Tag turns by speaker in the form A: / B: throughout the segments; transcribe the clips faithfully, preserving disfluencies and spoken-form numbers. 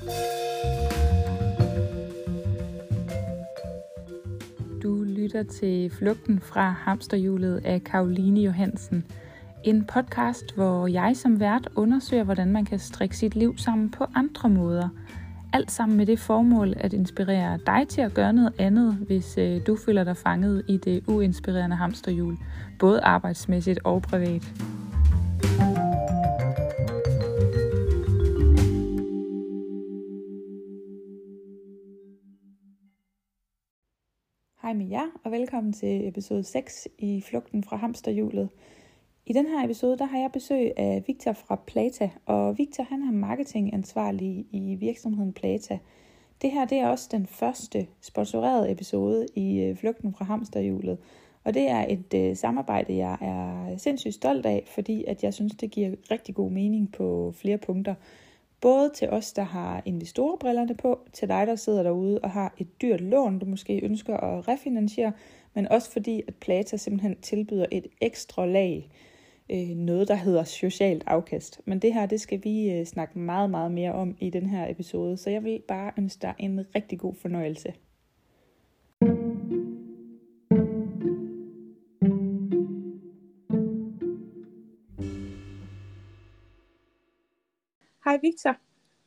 A: Du lytter til Flugten fra hamsterhjulet af Caroline Johansen. En podcast, hvor jeg som vært undersøger, hvordan man kan strikke sit liv sammen på andre måder. Alt sammen med det formål at inspirere dig til at gøre noget andet, hvis øh, du føler dig fanget i det uinspirerende hamsterhjul, både arbejdsmæssigt og privat. Hej med jer, og velkommen til episode seks i Flugten fra hamsterhjulet. I den her episode, der har jeg besøg af Victor fra Plata, og Victor han er marketingansvarlig i virksomheden Plata. Det her det er også den første sponsorerede episode i Flugten fra hamsterhjulet, og det er et uh, samarbejde, jeg er sindssygt stolt af, fordi at jeg synes, det giver rigtig god mening på flere punkter. Både til os, der har investorbrillerne på, til dig, der sidder derude og har et dyrt lån, du måske ønsker at refinansiere, men også fordi, at Plata simpelthen tilbyder et ekstra lag, øh, noget der hedder socialt afkast. Men det her, det skal vi øh, snakke meget, meget mere om i den her episode, så jeg vil bare ønske dig en rigtig god fornøjelse. Hej Victor.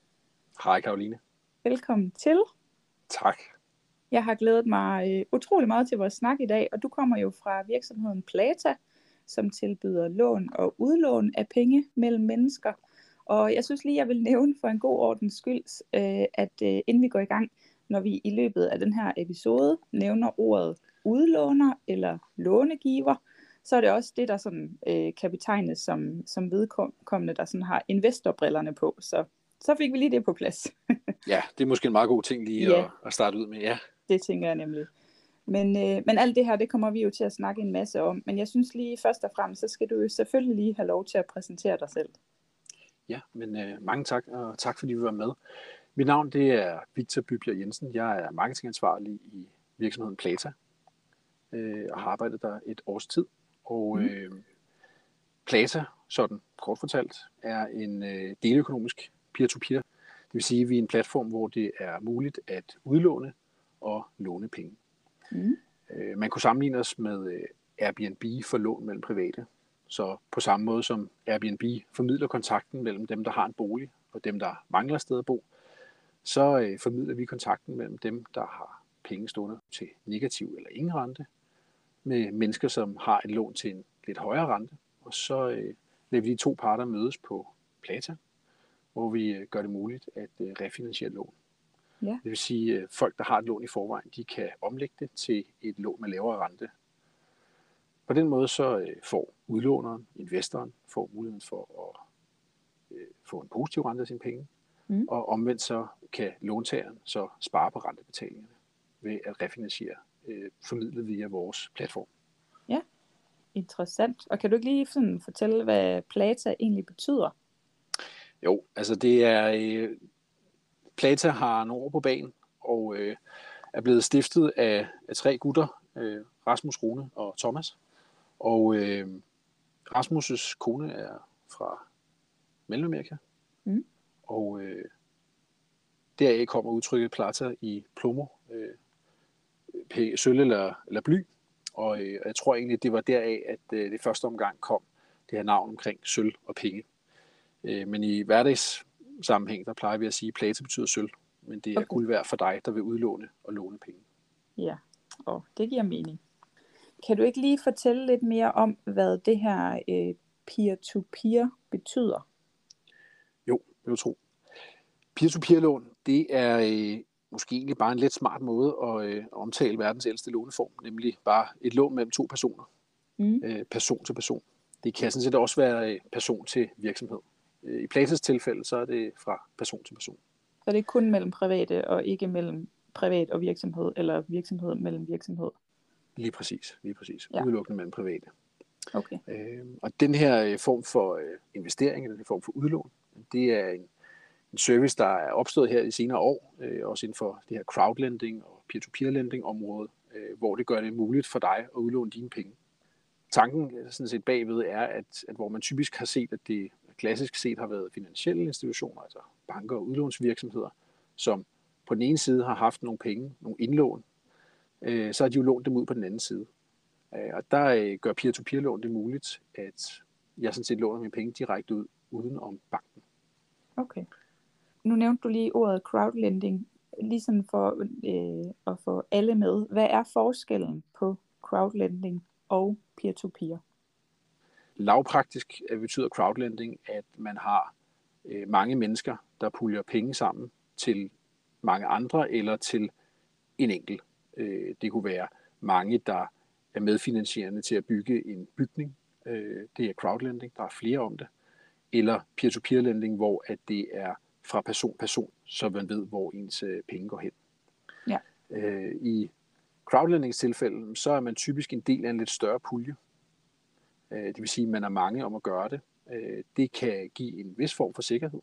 B: Hej Caroline.
A: Velkommen til.
B: Tak.
A: Jeg har glædet mig øh, utrolig meget til vores snak i dag, og du kommer jo fra virksomheden Plata, som tilbyder lån og udlån af penge mellem mennesker. Og jeg synes lige, jeg vil nævne for en god ordens skyld, øh, at øh, inden vi går i gang, når vi i løbet af den her episode nævner ordet udlåner eller lånegiver, så er det også det, der sådan, øh, kan betegnes som, som vedkommende, der sådan har investorbrillerne på. Så, så fik vi lige det på plads.
B: Ja, det er måske en meget god ting lige
A: ja,
B: at, at starte ud med. Ja,
A: det tænker jeg nemlig. Men, øh, men alt det her, det kommer vi jo til at snakke en masse om. Men jeg synes lige først og fremmest, så skal du jo selvfølgelig lige have lov til at præsentere dig selv.
B: Ja, men øh, mange tak, og tak fordi vi var med. Mit navn det er Victor Bybjerg Jensen. Jeg er marketingansvarlig i virksomheden Plata, øh, og har arbejdet der et års tid. Og øh, Plata, sådan kort fortalt, er en øh, deleøkonomisk peer-to-peer. Det vil sige, at vi er en platform, hvor det er muligt at udlåne og låne penge. Mm. Øh, man kunne sammenligne os med øh, Airbnb for lån mellem private. Så på samme måde som Airbnb formidler kontakten mellem dem, der har en bolig, og dem, der mangler et sted at bo, så øh, formidler vi kontakten mellem dem, der har penge stående til negativ eller ingen rente, med mennesker, som har et lån til en lidt højere rente. Og så øh, lader vi de to parter mødes på Plata, hvor vi øh, gør det muligt at øh, refinansiere lån. Ja. Det vil sige, at folk, der har et lån i forvejen, de kan omlægge det til et lån med lavere rente. På den måde så øh, får udlåneren, investoren, får muligheden for at øh, få en positiv rente af sine penge, mm. og omvendt så kan låntageren så spare på rentebetalingerne ved at refinansiere øh, formidlet via vores platform.
A: Ja, interessant. Og kan du ikke lige sådan fortælle, hvad Plata egentlig betyder?
B: Jo, altså det er... Øh, Plata har nogle år på banen, og øh, er blevet stiftet af, af tre gutter, øh, Rasmus, Rune og Thomas. Og øh, Rasmus' kone er fra Mellemamerika, mm. og øh, deraf kommer udtrykket Plata i plomo, øh, p- sølv eller, eller bly. Og øh, jeg tror egentlig, det var deraf, at øh, det første omgang kom det her navn omkring sølv og penge. Øh, men i hverdags sammenhæng, der plejer vi at sige, at Plata betyder sølv, men det er okay. Guld værd for dig, der vil udlåne og låne penge.
A: Ja, og det giver mening. Kan du ikke lige fortælle lidt mere om, hvad det her øh, peer-to-peer betyder?
B: Jo, det vil jeg tro. Peer-to-peer-lån, det er øh, måske egentlig bare en lidt smart måde at øh, omtale verdens ældste låneform, nemlig bare et lån mellem to personer, mm. øh, person til person. Det kan sådan set også være øh, person til virksomhed. I Platas tilfælde, så er det fra person til person.
A: Så det er kun mellem private, og ikke mellem privat og virksomhed, eller virksomhed mellem virksomhed?
B: Lige præcis, lige præcis. Ja. Udelukkende mellem private.
A: Okay.
B: Øh, og den her form for øh, investering, eller den form for udlån, det er en, en service, der er opstået her i senere år, øh, også inden for det her crowdlending og peer-to-peer lending område, øh, hvor det gør det muligt for dig at udlåne dine penge. Tanken sådan set bagved er, at, at hvor man typisk har set, at det klassisk set har været finansielle institutioner, altså banker og udlånsvirksomheder, som på den ene side har haft nogle penge, nogle indlån, øh, så har de jo lånt dem ud på den anden side. Øh, og der øh, gør peer-to-peer-lån det muligt, at jeg sådan set låner mine penge direkte ud, uden om banken.
A: Okay. Nu nævnte du lige ordet crowdlending, ligesom for øh, at få alle med. Hvad er forskellen på crowdlending og peer-to-peer?
B: Lavpraktisk betyder crowdlending, at man har øh, mange mennesker, der puljer penge sammen til mange andre eller til en enkelt. Øh, det kunne være mange, der er medfinansierende til at bygge en bygning. Øh, det er crowdlending, der er flere om det. Eller peer-to-peer lending, hvor at det er fra person til person, så man ved, hvor ens øh, penge går hen.
A: Ja.
B: Øh, I crowdlendings tilfælde, så er man typisk en del af en lidt større pulje. Øh, det vil sige, at man er mange om at gøre det. Øh, det kan give en vis form for sikkerhed.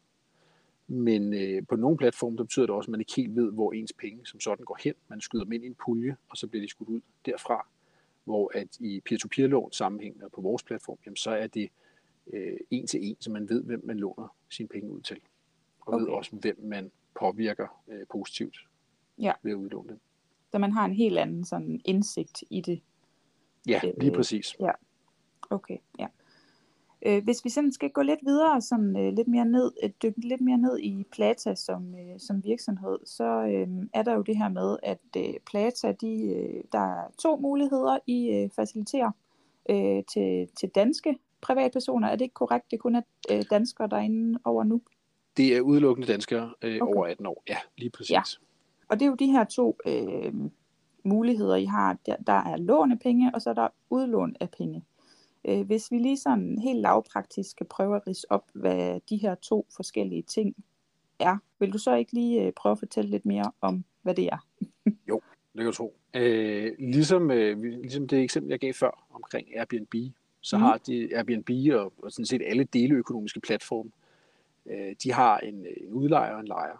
B: Men øh, på nogle platforme, der betyder det også, at man ikke helt ved, hvor ens penge som sådan går hen. Man skyder dem ind i en pulje, og så bliver de skudt ud derfra. Hvor at i peer-to-peer-lån sammenhæng på vores platform, jamen, så er det øh, en til en, så man ved, hvem man låner sine penge ud til. Og okay. ved også, hvem man påvirker øh, positivt
A: ja.
B: ved at udlåne dem.
A: Så man har en helt anden sådan indsigt i det.
B: Ja, lige præcis.
A: Ja, okay, ja. Øh, hvis vi sådan skal gå lidt videre, sådan øh, lidt mere ned, dykke lidt mere ned i Plata som, øh, som virksomhed, så øh, er der jo det her med, at øh, Plata, de, øh, der er to muligheder, I øh, faciliterer øh, til, til danske privatpersoner. Er det ikke korrekt? Det kun er øh, danskere, der er inde over nu?
B: Det er udelukkende danskere øh,
A: okay.
B: over atten år. Ja, lige præcis.
A: Ja. Og det er jo de her to øh, muligheder, I har. Der, der er lånepenge, og så er der udlån af penge. Øh, hvis vi lige sådan helt lavpraktisk skal prøve at ridse op, hvad de her to forskellige ting er, vil du så ikke lige øh, prøve at fortælle lidt mere om, hvad det er?
B: Jo, det kan du tro. Øh, ligesom, øh, ligesom det eksempel, jeg gav før omkring Airbnb, så mm. har de Airbnb og, og sådan set alle deleøkonomiske platforme, øh, de har en, en udlejer og en lejer.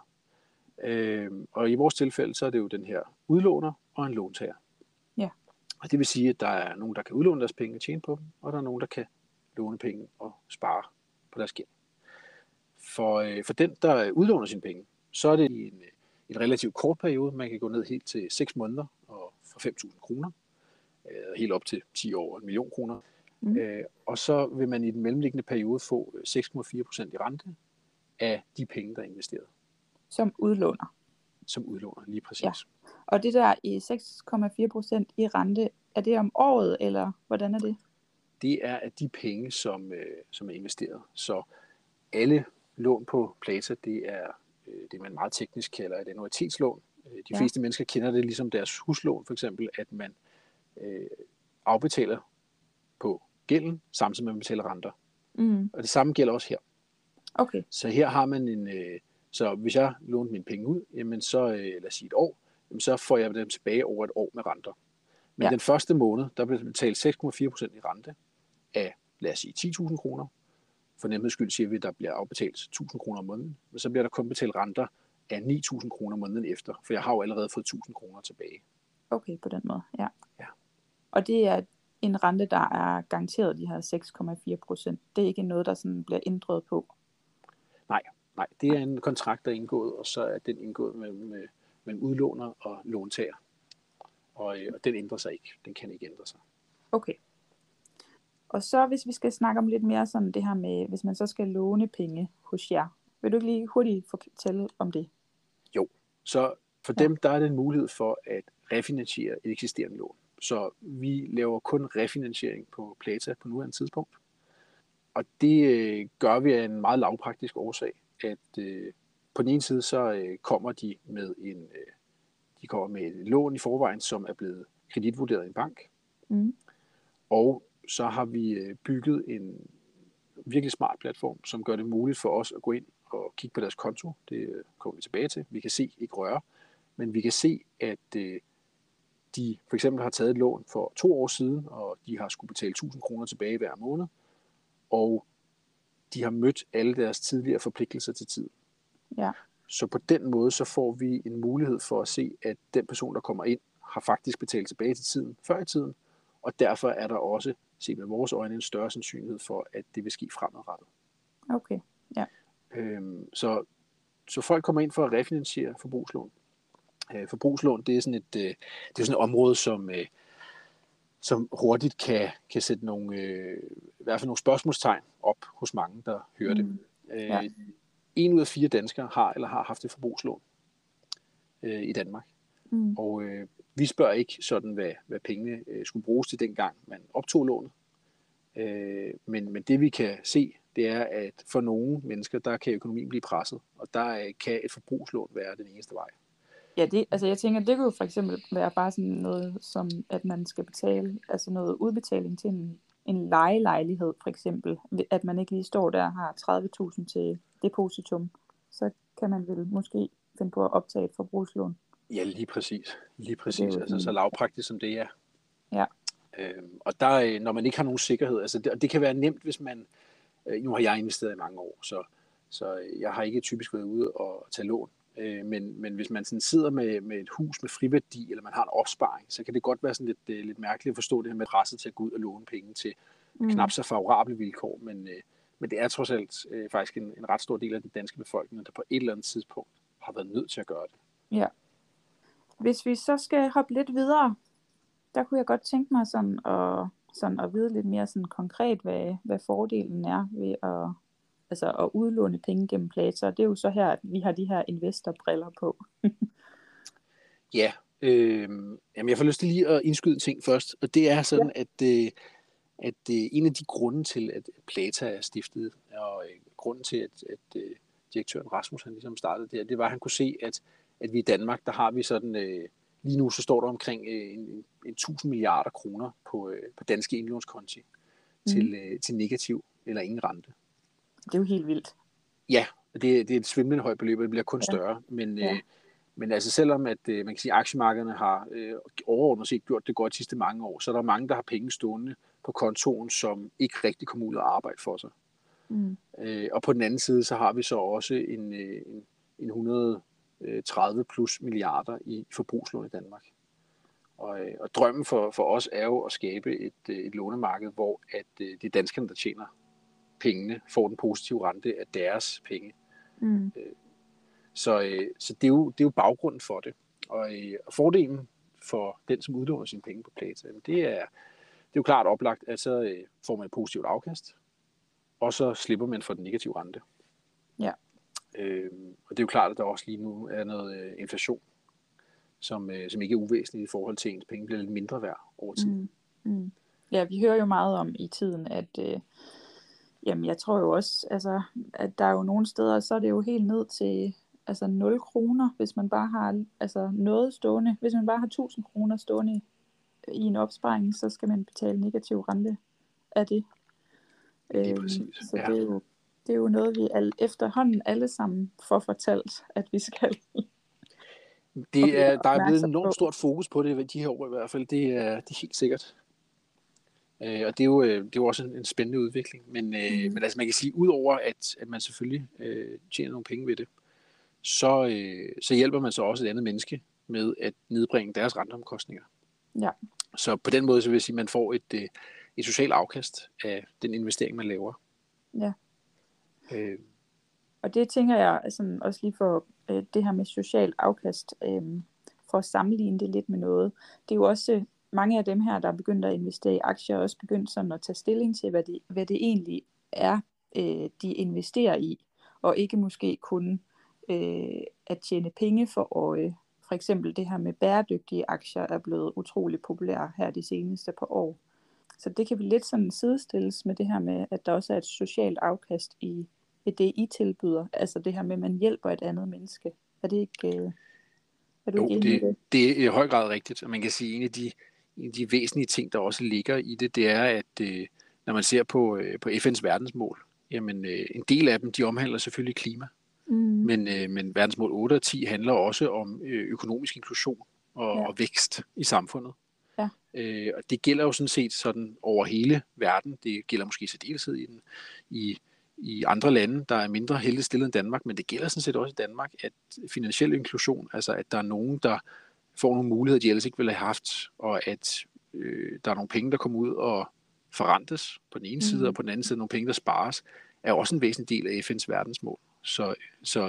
B: Øh, og i vores tilfælde, så er det jo den her udlåner og en låntager.
A: Ja.
B: Og det vil sige, at der er nogen, der kan udlåne deres penge og tjene på dem, og der er nogen, der kan låne penge og spare på deres gæld. For, øh, for den, der udlåner sine penge, så er det i en, en relativt kort periode. Man kan gå ned helt til seks måneder og for fem tusind kroner, øh, helt op til ti år og en million kroner. Mm. Øh, og så vil man i den mellemliggende periode få seks komma fire procent i rente af de penge, der er investeret.
A: Som udlåner?
B: Som udlåner, lige præcis.
A: Ja. Og det der i seks komma fire procent i rente, er det om året, eller hvordan er det? Det
B: er af de penge, som, øh, som er investeret. Så alle lån på Plata, det er øh, det, man meget teknisk kalder et annuitetslån. De ja. fleste mennesker kender det ligesom deres huslån, for eksempel, at man øh, afbetaler på gælden, samtidig med at man betaler renter. Mm. Og det samme gælder også her.
A: Okay.
B: Så her har man en... Øh, så hvis jeg låner mine penge ud, jamen så, øh, lad os sige et år, jamen så får jeg dem tilbage over et år med renter. Men ja. den første måned, der bliver betalt seks komma fire procent i rente af, lad os sige, ti tusind kroner. For nemheds skyld siger vi, at der bliver afbetalt tusind kroner om måneden, men så bliver der kun betalt renter af ni tusind kroner måneden efter, for jeg har jo allerede fået tusind kroner tilbage.
A: Okay, på den måde, ja.
B: ja.
A: Og det er en rente, der er garanteret de her seks komma fire procent. Det er ikke noget, der sådan bliver ændret på?
B: Nej, nej, det er en kontrakt, der er indgået, og så er den indgået mellem, mellem udlåner og låntager. Og, og den ændrer sig ikke. Den kan ikke ændre sig.
A: Okay. Og så hvis vi skal snakke om lidt mere sådan det her med, hvis man så skal låne penge hos jer. Vil du ikke lige hurtigt fortælle om det?
B: Jo, så for ja. dem der er det en mulighed for at refinansiere et eksisterende lån. Så vi laver kun refinansiering på Plata på nuværende tidspunkt. Og det øh, gør vi af en meget lavpraktisk årsag, at øh, på den ene side så øh, kommer de med en øh, de kommer med et lån i forvejen, som er blevet kreditvurderet i en bank. Mm. Og så har vi bygget en virkelig smart platform, som gør det muligt for os at gå ind og kigge på deres konto. Det kommer vi tilbage til. Vi kan se, ikke røre, men vi kan se, at de for eksempel har taget et lån for to år siden, og de har skulle betale tusind kroner tilbage hver måned, og de har mødt alle deres tidligere forpligtelser til tid.
A: Ja.
B: Så på den måde, så får vi en mulighed for at se, at den person, der kommer ind, har faktisk betalt tilbage til tiden, før i tiden, og derfor er der også, set med vores øjne, en større sandsynlighed for, at det vil ske fremadrettet.
A: Okay, ja.
B: Øhm, så så folk kommer ind for at refinansiere forbrugslån. Øh, forbrugslån, det er sådan et, øh, det er sådan et område, som, øh, som hurtigt kan, kan sætte nogle, øh, i hvert fald nogle spørgsmålstegn op hos mange, der hører det.
A: Mm. Ja.
B: Øh, en ud af fire danskere har eller har haft et forbrugslån øh, i Danmark.
A: Mm.
B: Og øh, vi spørger ikke sådan, hvad, hvad pengene øh, skulle bruges til dengang, man optog lånet. Øh, men, men det vi kan se, det er, at for nogle mennesker, der kan økonomien blive presset, og der øh, kan et forbrugslån være den eneste vej.
A: Ja, det, altså jeg tænker, det kunne jo for eksempel være bare sådan noget, som at man skal betale, altså noget udbetaling til en, en lejelejlighed for eksempel, at man ikke lige står der og har tredive tusind til depositum, så kan man vel måske finde på at optage et forbrugslån.
B: Ja, lige præcis. Lige præcis.
A: jo,
B: Altså så lavpraktisk som det er.
A: Ja.
B: Øhm, og der, når man ikke har nogen sikkerhed, altså det, det kan være nemt, hvis man, øh, nu har jeg investeret i mange år, så, så jeg har ikke typisk været ude og tage lån. Øh, men, men hvis man sådan sidder med, med et hus med friværdi, eller man har en opsparing, så kan det godt være sådan lidt, øh, lidt mærkeligt at forstå det her med presset til at gå ud og låne penge til mm. knap så favorable vilkår. Men, øh, men det er trods alt øh, faktisk en, en ret stor del af den danske befolkning, der på et eller andet tidspunkt har været nødt til at gøre det.
A: Ja. Hvis vi så skal hoppe lidt videre, der kunne jeg godt tænke mig sådan at, sådan at vide lidt mere sådan konkret, hvad, hvad fordelen er ved at, altså at udlåne penge gennem Plata. Det er jo så her, at vi har de her investorbriller på.
B: Ja, øh, jamen jeg får lyst til lige at indskyde en ting først, og det er sådan, ja. at, øh, at øh, en af de grunde til, at Plata er stiftet, og øh, grunden til, at, at øh, direktøren Rasmus han ligesom startede det, det var, at han kunne se, at, at vi i Danmark, der har vi sådan, øh, lige nu så står der omkring øh, en, en tusind milliarder kroner på, øh, på danske indlånskonti mm. til, øh, til negativ eller ingen rente.
A: Det er jo helt vildt.
B: Ja, det, det er et svimlende højt beløb, og det bliver kun ja. større, men...
A: Ja.
B: Øh, Men altså selvom at øh, man kan sige, at aktiemarkederne har øh, overordnet set gjort det godt de sidste mange år, så er der mange, der har penge stående på kontoen, som ikke rigtig kommer ud og arbejde for sig. Mm. Øh, og på den anden side, så har vi så også en, øh, en, en et hundrede og tredive plus milliarder i forbrugslån i Danmark. Og, øh, og drømmen for, for os er jo at skabe et, øh, et lånemarked, hvor at, øh, det er danskerne, der tjener pengene, får den positive rente af deres penge. Mm. Øh, Så, øh, så det, er jo, det er jo baggrunden for det. Og, øh, og fordelen for den, som udlåner sine penge på Plata, det er, det er jo klart oplagt, at så øh, får man et positivt afkast, og så slipper man for den negative rente.
A: Ja.
B: Øh, og det er jo klart, at der også lige nu er noget øh, inflation, som, øh, som ikke er uvæsentligt i forhold til, at ens penge bliver lidt mindre værd over tid.
A: Mm. Mm. Ja, vi hører jo meget om i tiden, at øh, jamen, jeg tror jo også, altså, at der er jo nogle steder, så er det jo helt ned til altså nul kroner, hvis man bare har altså noget stående. Hvis man bare har tusind kroner stående i en opsparing, så skal man betale negativ rente af det.
B: Det er præcis.
A: Så
B: ja.
A: det, er jo, det er jo noget, vi alle, efterhånden alle sammen får fortalt, at vi skal.
B: Det er, der er blevet en enormt stort fokus på det de her år i hvert fald. Det er, det er helt sikkert. Øh, og det er, jo, det er jo også en, en spændende udvikling. Men, øh, mm. men altså man kan sige, udover at, at man selvfølgelig øh, tjener nogle penge ved det, Så, øh, så hjælper man så også et andet menneske med at nedbringe deres renteomkostninger.
A: Ja.
B: Så på den måde så vil jeg sige, at man får et, øh, et socialt afkast af den investering, man laver.
A: Ja.
B: Øh.
A: Og det tænker jeg altså, også lige for øh, det her med socialt afkast, øh, for at sammenligne det lidt med noget. Det er jo også øh, mange af dem her, der er begyndt at investere i aktier, også begyndt sådan at tage stilling til, hvad det, hvad det egentlig er, øh, de investerer i, og ikke måske kun Øh, at tjene penge for øje. For eksempel det her med bæredygtige aktier er blevet utrolig populære her de seneste par år. Så det kan vi lidt sådan sidestilles med det her med, at der også er et socialt afkast i, i det, I tilbyder. Altså det her med, at man hjælper et andet menneske. Er det ikke, øh, er du
B: jo,
A: ikke enig i
B: det,
A: det?
B: det er i høj grad rigtigt. Og man kan sige, at en af de, en af de væsentlige ting, der også ligger i det, det er, at øh, når man ser på, øh, på F N's verdensmål, jamen øh, en del af dem, de omhandler selvfølgelig klima. Mm. Men, øh, men verdensmål otte og ti handler også om øh, økonomisk inklusion og, ja. og vækst i samfundet.
A: Ja.
B: Øh, og det gælder jo sådan set sådan over hele verden. Det gælder måske i særdeleshed i, den, i, i andre lande, der er mindre heldigt stillet end Danmark, men det gælder sådan set også i Danmark, at finansiel inklusion, altså at der er nogen, der får nogle muligheder, de ellers ikke ville have haft, og at øh, der er nogle penge, der kommer ud og forrentes på den ene mm. side, og på den anden side nogle penge, der spares, er også en væsentlig del af F N's verdensmål. Så, så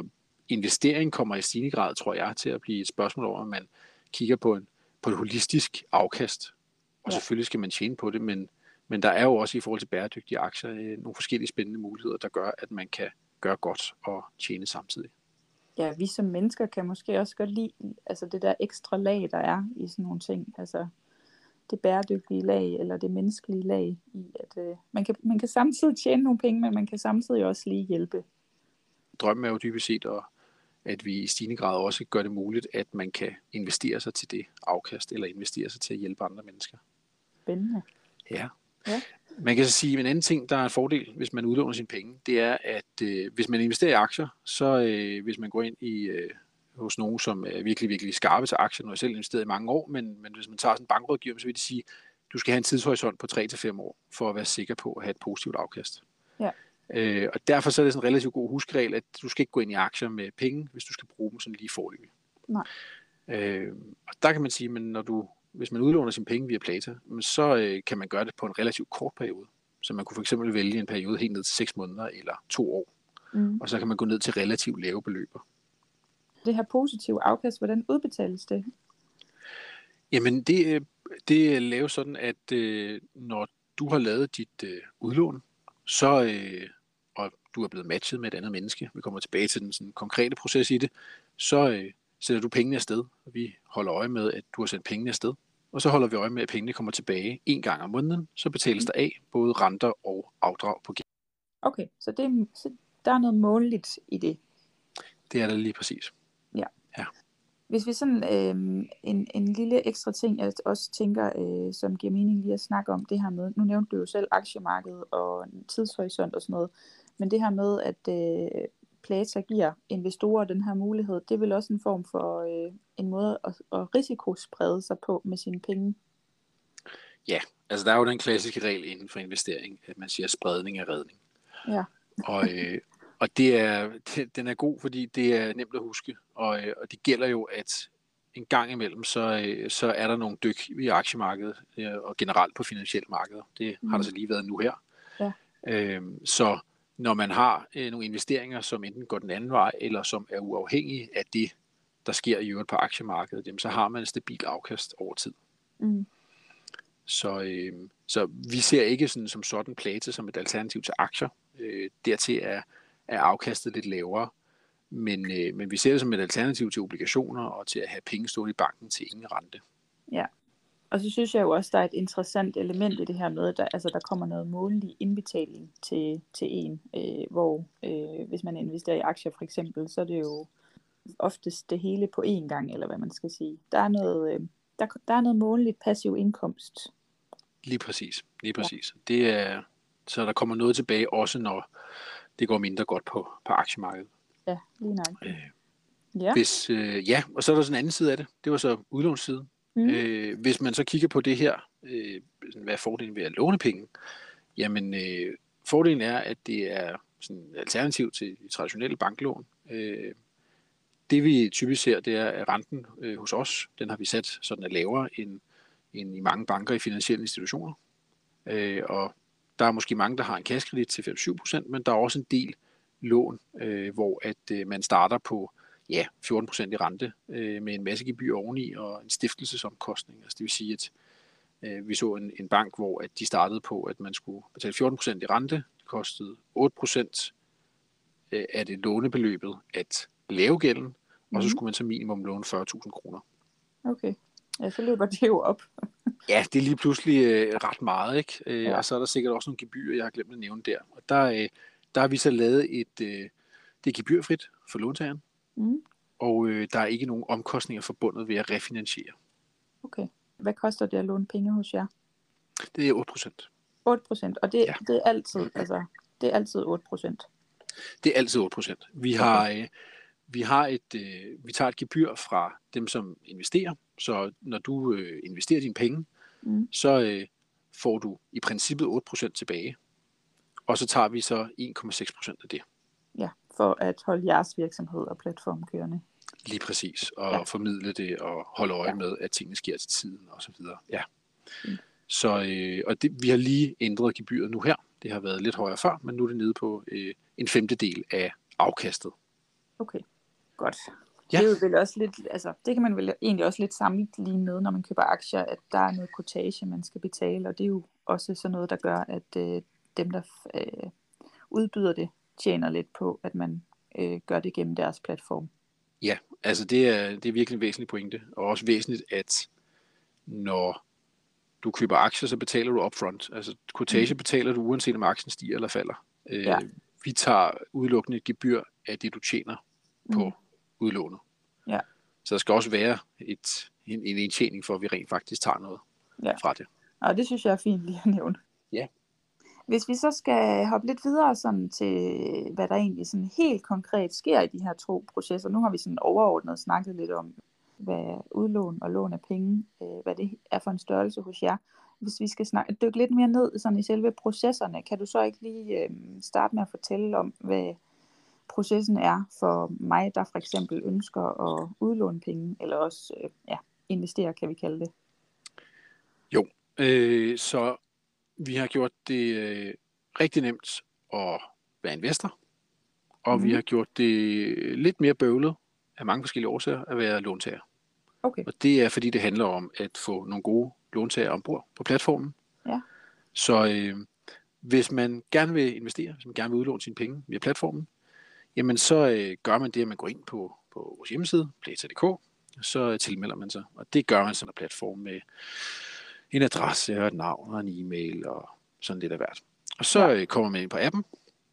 B: investering kommer i stigende grad, tror jeg, til at blive et spørgsmål over, at man kigger på en, på et holistisk afkast. Og ja. Selvfølgelig skal man tjene på det, men, men der er jo også i forhold til bæredygtige aktier øh, nogle forskellige spændende muligheder, der gør, at man kan gøre godt og tjene samtidig.
A: Ja, vi som mennesker kan måske også godt lide altså det der ekstra lag, der er i sådan nogle ting. Altså det bæredygtige lag, eller det menneskelige lag i, at øh, man, kan, man kan samtidig tjene nogle penge, men man kan samtidig også lige hjælpe.
B: Drømmen er jo dybest set, at vi i stigende grad også gør det muligt, at man kan investere sig til det afkast, eller investere sig til at hjælpe andre mennesker.
A: Spændende.
B: Ja.
A: Ja.
B: Man kan så sige, at en anden ting, der er en fordel, hvis man udlåner sine penge, det er, at øh, hvis man investerer i aktier, så øh, hvis man går ind i øh, hos nogen, som er virkelig, virkelig skarpe til aktier, nu har jeg selv investeret i mange år, men, men hvis man tager sådan en bankrådgiver, så vil det sige, at du skal have en tidshorisont på tre til fem år, for at være sikker på at have et positivt afkast.
A: Ja.
B: Øh, og derfor så er det sådan en relativt god huskeregel, at du skal ikke gå ind i aktier med penge, hvis du skal bruge dem sådan lige forløbig.
A: Nej.
B: Øh, og der kan man sige, at når du, hvis man udlåner sine penge via Plata, så øh, kan man gøre det på en relativt kort periode. Så man kunne for eksempel vælge en periode helt ned til seks måneder eller to år. Mm. Og så kan man gå ned til relativt lave beløber.
A: Det her positive afkast, hvordan udbetales det?
B: Jamen det, det laves sådan, at øh, når du har lavet dit øh, udlån, så, øh, og du er blevet matchet med et andet menneske, vi kommer tilbage til den sådan, konkrete proces i det, så øh, sætter du pengene afsted, og vi holder øje med, at du har sendt pengene afsted. Og så holder vi øje med, at pengene kommer tilbage en gang om måneden, så betales der af både renter og afdrag på gæld.
A: Okay, så, det, så der er noget måleligt i det?
B: Det er der lige præcis.
A: Ja.
B: Ja.
A: Hvis vi sådan øh, en, en lille ekstra ting, jeg også tænker, øh, som giver mening lige at snakke om, det her med, nu nævnte du jo selv aktiemarkedet og tidshorisont og sådan noget, men det her med, at øh, Plata giver investorer den her mulighed, det er vel også en form for øh, en måde at, at risikosprede sig på med sine penge?
B: Ja, altså der er jo den klassiske regel inden for investering, at man siger spredning er redning.
A: Ja.
B: og øh, og det er, det, den er god, fordi det er nemt at huske, og, øh, og det gælder jo, at en gang imellem, så, øh, så er der nogle dyk i aktiemarkedet, øh, og generelt på finansielle markeder. Det mm. har der så lige været nu her.
A: Ja.
B: Øh, så når man har øh, nogle investeringer, som enten går den anden vej, eller som er uafhængige af det, der sker i øvrigt på aktiemarkedet, jamen, så har man en stabil afkast over tid.
A: Mm.
B: Så, øh, så vi ser ikke sådan, som sådan Plata som et alternativ til aktier. Øh, dertil er, er afkastet lidt lavere, men, øh, men vi ser det som et alternativ til obligationer og til at have penge stående i banken til ingen rente.
A: Ja, og så synes jeg jo også, der er et interessant element i det her med, at der, altså, der kommer noget månedlig indbetaling til, til en, øh, hvor øh, hvis man investerer i aktier for eksempel, så er det jo oftest det hele på én gang, eller hvad man skal sige. Der er noget, øh, der, der er noget månedligt passiv indkomst.
B: Lige præcis, lige præcis. Ja. Det er, så der kommer noget tilbage, også når det går mindre godt på, på aktiemarkedet.
A: Ja, lige nok.
B: Øh,
A: ja.
B: Hvis, øh, ja, og så er der sådan en anden side af det. Det var så udlånssiden. Mm. Øh, hvis man så kigger på det her, øh, hvad er fordelen ved at låne penge? Jamen, øh, fordelen er, at det er sådan et alternativ til de traditionelle banklån. Øh, det vi typisk ser, det er, at renten øh, hos os, den har vi sat sådan er lavere end, end i mange banker i finansielle institutioner. Øh, og der er måske mange, der har en kassekredit til fem til syv procent, men der er også en del lån, øh, hvor at øh, man starter på ja, fjorten procent i rente øh, med en masse gebyr oveni og en stiftelsesomkostning. Altså det vil sige, at øh, vi så en, en bank, hvor at de startede på, at man skulle betale fjorten procent i rente. Det kostede otte procent øh, af det lånebeløbet at lave gælden, mm. og så skulle man så minimum låne fyrre tusind kroner.
A: Okay. Ja, så løber det jo op.
B: Ja, det er lige pludselig øh, ret meget, ikke? Øh,
A: ja.
B: Og så er der sikkert også nogle gebyrer, jeg har glemt at nævne der. Og der, øh, der har vi så lavet et, øh, det er gebyrfrit for låntageren, mm. og øh, der er ikke nogen omkostninger forbundet ved at refinansiere.
A: Okay. Hvad koster det at låne penge hos jer?
B: Det er otte procent.
A: otte procent, og det, ja. det er altid, altså, det er altid otte procent?
B: Det er altid otte procent. Vi
A: okay.
B: har... Øh, Vi, har et, øh, vi tager et gebyr fra dem, som investerer. Så når du øh, investerer dine penge, mm. så øh, får du i princippet otte procent tilbage. Og så tager vi så en komma seks procent af det.
A: Ja, for at holde jeres virksomhed og platform kørende.
B: Lige præcis. Og
A: ja.
B: formidle det og holde øje ja. med, at tingene sker til tiden og så videre. Ja. Mm. Så øh, og det, vi har lige ændret gebyret nu her. Det har været lidt højere før, men nu er det nede på øh, en femtedel af afkastet.
A: Okay. Godt.
B: Ja.
A: Det er jo vel også lidt, altså det kan man vel egentlig også lidt sammenligne med, når man køber aktier, at der er noget kortage, man skal betale, og det er jo også sådan noget, der gør, at øh, dem, der øh, udbyder det, tjener lidt på, at man øh, gør det gennem deres platform.
B: Ja, altså det er, det er virkelig en væsentlig pointe, og også væsentligt, at når du køber aktier, så betaler du upfront. Altså kortage
A: Mm.
B: betaler du, uanset om aktien stiger eller falder. Øh,
A: Ja.
B: Vi tager udelukkende et gebyr af det, du tjener på
A: Mm.
B: udlånet.
A: Ja.
B: Så der skal også være et, en, en indtjening for, at vi rent faktisk tager noget
A: Ja.
B: fra det.
A: Og det synes jeg er fint lige at nævne.
B: Ja.
A: Hvis vi så skal hoppe lidt videre sådan til, hvad der egentlig sådan helt konkret sker i de her to processer. Nu har vi sådan overordnet snakket lidt om, hvad udlån og lån af penge, øh, hvad det er for en størrelse hos jer. Hvis vi skal snakke, dykke lidt mere ned sådan i selve processerne, kan du så ikke lige øh, starte med at fortælle om, hvad processen er for mig, der for eksempel ønsker at udlåne penge, eller også øh, ja, investere, kan vi kalde det.
B: Jo, øh, så vi har gjort det øh, rigtig nemt at være investor, og mm. vi har gjort det lidt mere bøvlet af mange forskellige årsager at være låntager.
A: Okay.
B: Og det er, fordi det handler om at få nogle gode låntager ombord på platformen.
A: Ja.
B: Så øh, hvis man gerne vil investere, hvis man gerne vil udlåne sine penge via platformen, jamen så øh, gør man det, at man går ind på, på vores hjemmeside, plata punktum d k, så tilmelder man sig. Og det gør man sådan en platform med en adresse og et navn og en e-mail og sådan lidt af hvert. Og så ja. øh, kommer man ind på appen,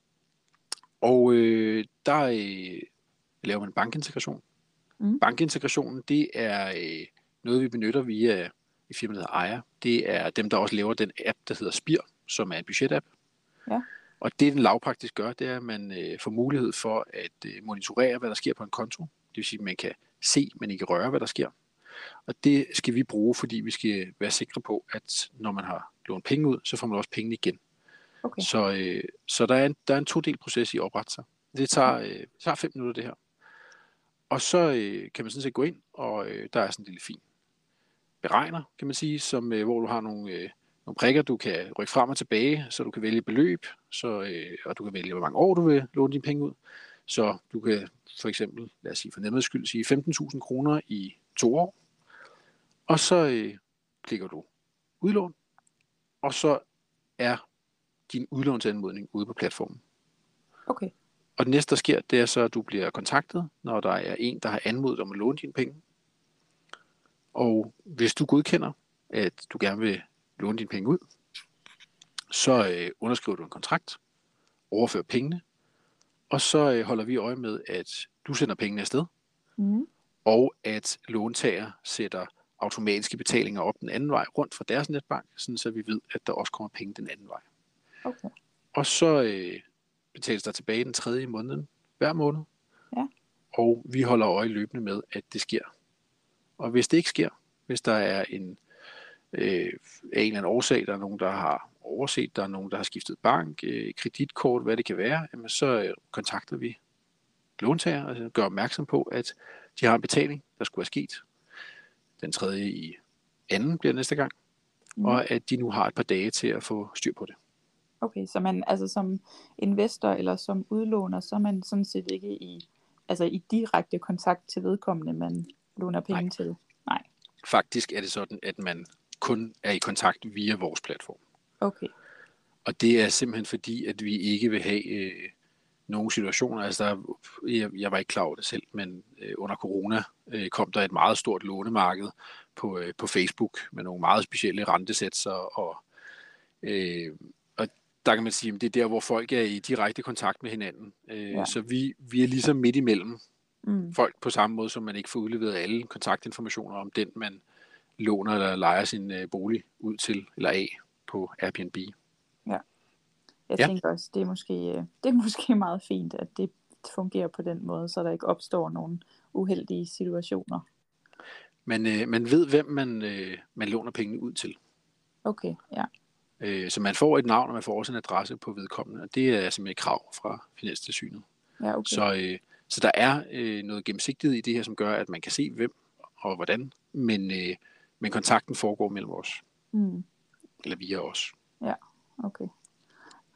B: og øh, der øh, laver man bankintegration. Mm. Bankintegrationen, det er øh, noget, vi benytter via et firma, der hedder Aya. Det er dem, der også laver den app, der hedder Spir, som er en budget-app.
A: Ja.
B: Og det, den lavpraktisk gør, det er, at man øh, får mulighed for at øh, monitorere, hvad der sker på en konto. Det vil sige, at man kan se, men ikke røre, hvad der sker. Og det skal vi bruge, fordi vi skal være sikre på, at når man har lånt penge ud, så får man også pengene igen.
A: Okay.
B: Så, øh, så der er en, der er en to-del proces i at oprette sig. Det tager, øh, det tager fem minutter, det her. Og så øh, kan man sådan set gå ind, og øh, der er sådan en lille fin beregner, kan man sige, som, øh, hvor du har nogle, øh, nogle prikker, du kan rykke frem og tilbage, så du kan vælge beløb, så, øh, og du kan vælge, hvor mange år du vil låne dine penge ud. Så du kan for eksempel, lad os sige for nemmets skyld, sige femten tusind kroner i to år, og så øh, klikker du udlån, og så er din udlånsanmodning ude på platformen.
A: Okay.
B: Og det næste, der sker, det er så, at du bliver kontaktet, når der er en, der har anmodet om at låne dine penge. Og hvis du godkender, at du gerne vil låne dine penge ud, så øh, underskriver du en kontrakt, overfører pengene, og så øh, holder vi øje med, at du sender pengene afsted, mm. og at låntager sætter automatiske betalinger op den anden vej rundt fra deres netbank, sådan så vi ved, at der også kommer penge den anden vej.
A: Okay.
B: Og så øh, betales der tilbage den tredje i måneden, hver måned,
A: ja.
B: Og vi holder øje løbende med, at det sker. Og hvis det ikke sker, hvis der er en øh, af en eller anden årsag, der er nogen, der har overset, der er nogen, der har skiftet bank, øh, kreditkort, hvad det kan være, jamen så øh, kontakter vi låntager og gør opmærksom på, at de har en betaling, der skulle være sket. Den tredje i anden bliver næste gang, mm. og at de nu har et par dage til at få styr på det.
A: Okay, så man altså som investor eller som udlåner, så er man sådan set ikke i, altså i direkte kontakt til vedkommende, man låner penge
B: Nej.
A: til? Nej.
B: Faktisk er det sådan, at man kun er i kontakt via vores platform.
A: Okay.
B: Og det er simpelthen fordi, at vi ikke vil have øh, nogle situationer, altså der, jeg, jeg var ikke klar over det selv, men øh, under corona øh, kom der et meget stort lånemarked på, øh, på Facebook med nogle meget specielle rentesatser, og, øh, og der kan man sige, at det er der, hvor folk er i direkte kontakt med hinanden. Øh, ja. Så vi, vi er ligesom midt imellem mm. folk på samme måde, som man ikke får udleveret alle kontaktinformationer om den, man låner eller lejer sin øh, bolig ud til eller af på Airbnb.
A: Ja. Jeg
B: ja.
A: tænker også, det er, måske, det er måske meget fint, at det fungerer på den måde, så der ikke opstår nogle uheldige situationer.
B: Man, øh, man ved, hvem man, øh, man låner pengene ud til.
A: Okay, ja.
B: Øh, så man får et navn, og man får også en adresse på vedkommende, og det er simpelthen et krav fra Finanstilsynet.
A: Ja, okay.
B: Så, øh, så der er øh, noget gennemsigtighed i det her, som gør, at man kan se, hvem og hvordan, men, øh, men kontakten foregår mellem os. Mm. Eller via os.
A: Ja, okay.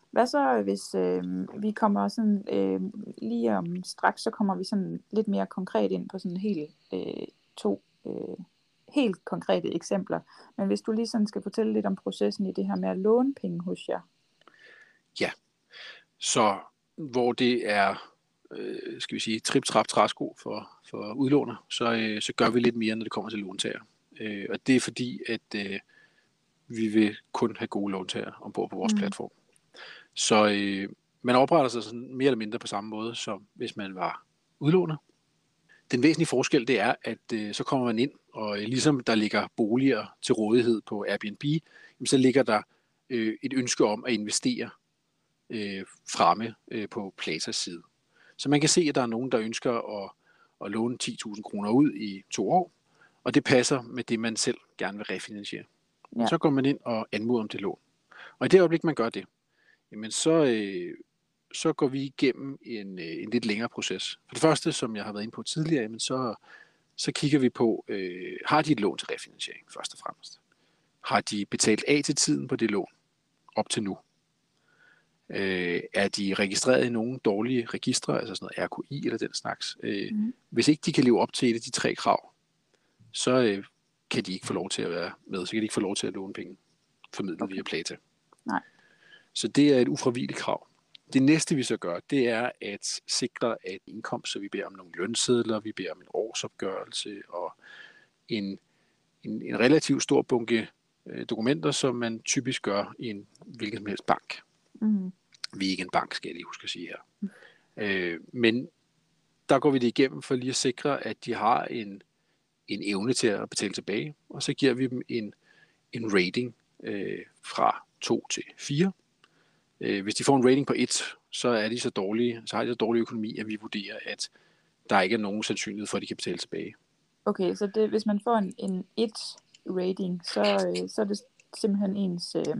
A: Hvad så, hvis øh, vi kommer sådan, øh, lige om straks, så kommer vi sådan lidt mere konkret ind på sådan helt øh, to øh, helt konkrete eksempler. Men hvis du lige sådan skal fortælle lidt om processen i det her med at låne penge hos jer.
B: Ja, så hvor det er, øh, skal vi sige, trip, trap, træsko for, for udlåner, så, øh, så gør vi lidt mere, når det kommer til låntager. Øh, og det er fordi, at øh, vi vil kun have gode låntager ombord på vores mm. platform. Så øh, man opretter sig sådan mere eller mindre på samme måde, som hvis man var udlåner. Den væsentlige forskel, det er, at øh, så kommer man ind, og øh, ligesom der ligger boliger til rådighed på Airbnb, jamen, så ligger der øh, et ønske om at investere øh, fremme øh, på Platas side. Så man kan se, at der er nogen, der ønsker at, at låne ti tusind kroner ud i to år, og det passer med det, man selv gerne vil refinansiere. Ja. Så går man ind og anmoder om det lån. Og i det øjeblik, man gør det, jamen så, øh, så går vi igennem en, øh, en lidt længere proces. For det første, som jeg har været inde på tidligere, jamen så, så kigger vi på, øh, har de et lån til refinansiering først og fremmest? Har de betalt af til tiden på det lån op til nu? Øh, er de registreret i nogle dårlige registre, altså sådan noget R K I eller den slags? Øh, mm. Hvis ikke de kan leve op til et af de tre krav, så øh, kan de ikke få lov til at være med, så kan de ikke få lov til at låne penge formidlet okay. via Plata.
A: Nej.
B: Så det er et ufravigeligt krav. Det næste vi så gør, det er at sikre at indkomst, så vi beder om nogle lønsedler, vi beder om en årsopgørelse og en, en, en relativt stor bunke øh, dokumenter, som man typisk gør i en hvilken som helst bank. Mm. Vi er ikke en bank, skal jeg lige huske at sige her. Mm. Øh, men der går vi det igennem for lige at sikre, at de har en, en evne til at betale tilbage, og så giver vi dem en, en rating øh, fra to til fire. Øh, hvis de får en rating på et, så er de så dårlige, så har de så dårlig økonomi, at vi vurderer, at der ikke er nogen sandsynlighed for, at de kan betale tilbage.
A: Okay, så det, hvis man får en, en et rating, så, øh, så er det simpelthen ens øh,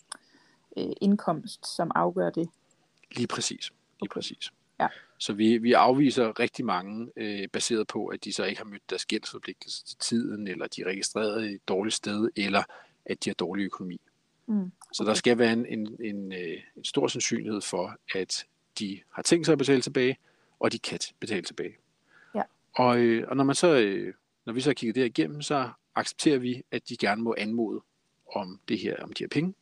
A: øh, indkomst, som afgør det?
B: Lige præcis. Lige
A: okay.
B: præcis.
A: Ja.
B: Så vi, vi afviser rigtig mange, øh, baseret på, at de så ikke har mødt deres gældsforpligtelse til tiden, eller de er registreret i et dårligt sted, eller at de har dårlig økonomi. Mm, okay. Så der skal være en, en, en, en stor sandsynlighed for, at de har tænkt sig at betale tilbage, og de kan betale tilbage.
A: Ja.
B: Og, øh, og når, man så, øh, når vi så har kigget det igennem, så accepterer vi, at de gerne må anmode om det her, om de her penge.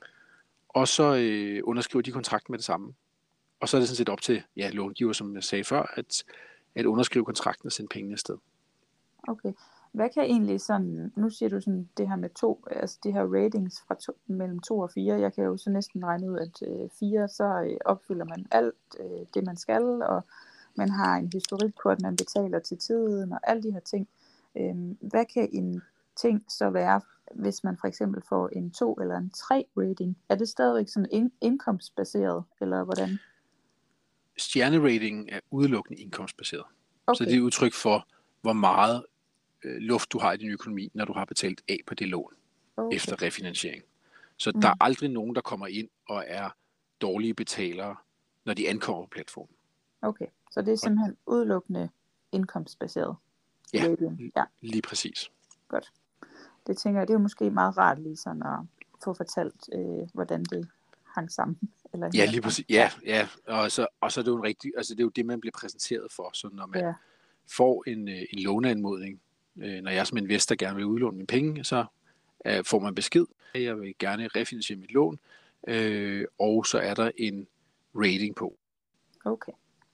B: Og så øh, underskriver de kontrakt med det samme. Og så er det sådan set op til ja, långiver, som jeg sagde før, at, at underskrive kontrakten og sende pengene afsted.
A: Okay. Hvad kan egentlig sådan, nu siger du sådan det her med to, altså det her ratings fra to, mellem to og fire, jeg kan jo så næsten regne ud, at øh, fire, så øh, opfylder man alt øh, det, man skal, og man har en historik på, at man betaler til tiden, og alle de her ting. Øh, hvad kan en ting så være, hvis man for eksempel får en to eller en tre rating? Er det stadigvæk sådan in- indkomstbaseret, eller hvordan?
B: Stjerneratingen er udelukkende indkomstbaseret.
A: Okay.
B: Så det er udtryk for, hvor meget øh, luft du har i din økonomi, når du har betalt af på det lån okay. efter refinansiering. Så mm. der er aldrig nogen, der kommer ind og er dårlige betalere, når de ankommer på platformen.
A: Okay, så det er simpelthen udelukkende indkomstbaseret?
B: Ja, ja, lige præcis.
A: Godt. Det tænker jeg, det er jo måske meget rart lige sådan at få fortalt, øh, hvordan det hang sammen. Eller
B: ja, lige præcis. Ja, ja. Og så, og så er det jo en rigtig, altså det er jo det, man bliver præsenteret for. Så når man ja. får en, en låneanmodning, øh, når jeg som investor gerne vil udlåne mine penge, så øh, får man besked. Jeg vil gerne refinansiere mit lån, øh, og så er der en rating på.
A: Okay.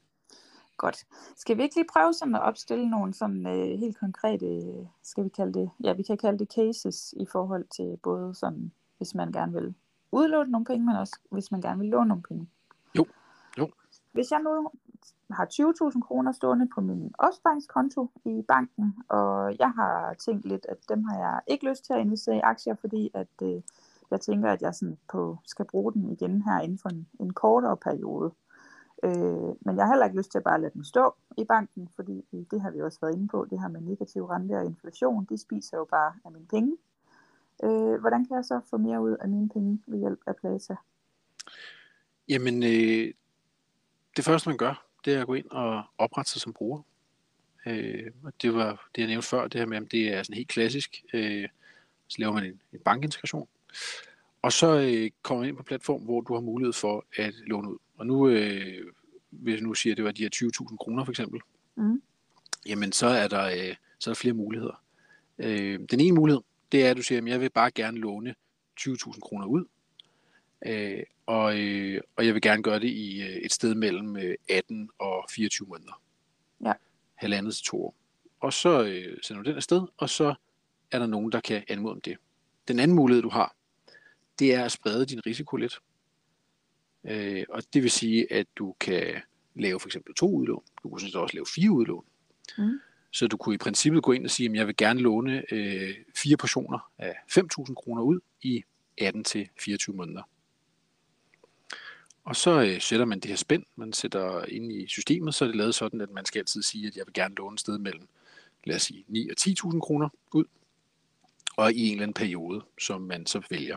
A: Godt. Skal vi ikke lige prøve sådan at opstille nogle sådan øh, helt konkrete, skal vi kalde det, ja, vi kan kalde det cases i forhold til både sådan, hvis man gerne vil udlåne nogle penge, men også hvis man gerne vil låne nogle penge.
B: Jo, jo.
A: Hvis jeg nu har tyve tusind kroner stående på min opsparingskonto i banken, og jeg har tænkt lidt, at dem har jeg ikke lyst til at investere i aktier, fordi at øh, jeg tænker, at jeg sådan på, skal bruge den igen her inden for en, en kortere periode. Øh, men jeg har heller ikke lyst til at bare lade den stå i banken, fordi det har vi også været inde på, det her med negativ rente og inflation, de spiser jo bare af mine penge. Øh, hvordan kan jeg så få mere ud af mine penge ved hjælp af Plata?
B: Jamen, øh, det første man gør, det er at gå ind og oprette sig som bruger. Øh, det var det, jeg nævnte før, det her med, at det er sådan helt klassisk. Øh, så laver man en, en bankintegration. Og så øh, kommer man ind på platform, hvor du har mulighed for at låne ud. Og nu, øh, hvis nu siger, at det var de her tyve tusind kroner for eksempel,
A: Mm.
B: jamen så er der, øh, så er der flere muligheder. Øh, den ene mulighed, det er, at du siger, at jeg vil bare gerne låne tyve tusind kroner ud, øh, og, øh, og jeg vil gerne gøre det i øh, et sted mellem øh, atten og fireogtyve måneder.
A: Ja.
B: Halvandet til to år. Og så øh, sender du den afsted, og så er der nogen, der kan anmode om det. Den anden mulighed, du har, det er at sprede din risiko lidt. Øh, og det vil sige, at du kan lave for eksempel to udlån. Du kunne sådan også lave fire udlån.
A: Mm.
B: Så du kunne i princippet gå ind og sige, at jeg vil gerne låne øh, fire portioner af fem tusind kroner ud i atten til fireogtyve måneder. Og så øh, sætter man det her spænd, man sætter ind i systemet, så er det lavet sådan, at man skal altid sige, at jeg vil gerne låne et sted mellem, lad os sige, ni og ti tusind kroner ud, og i en eller anden periode, som man så vælger.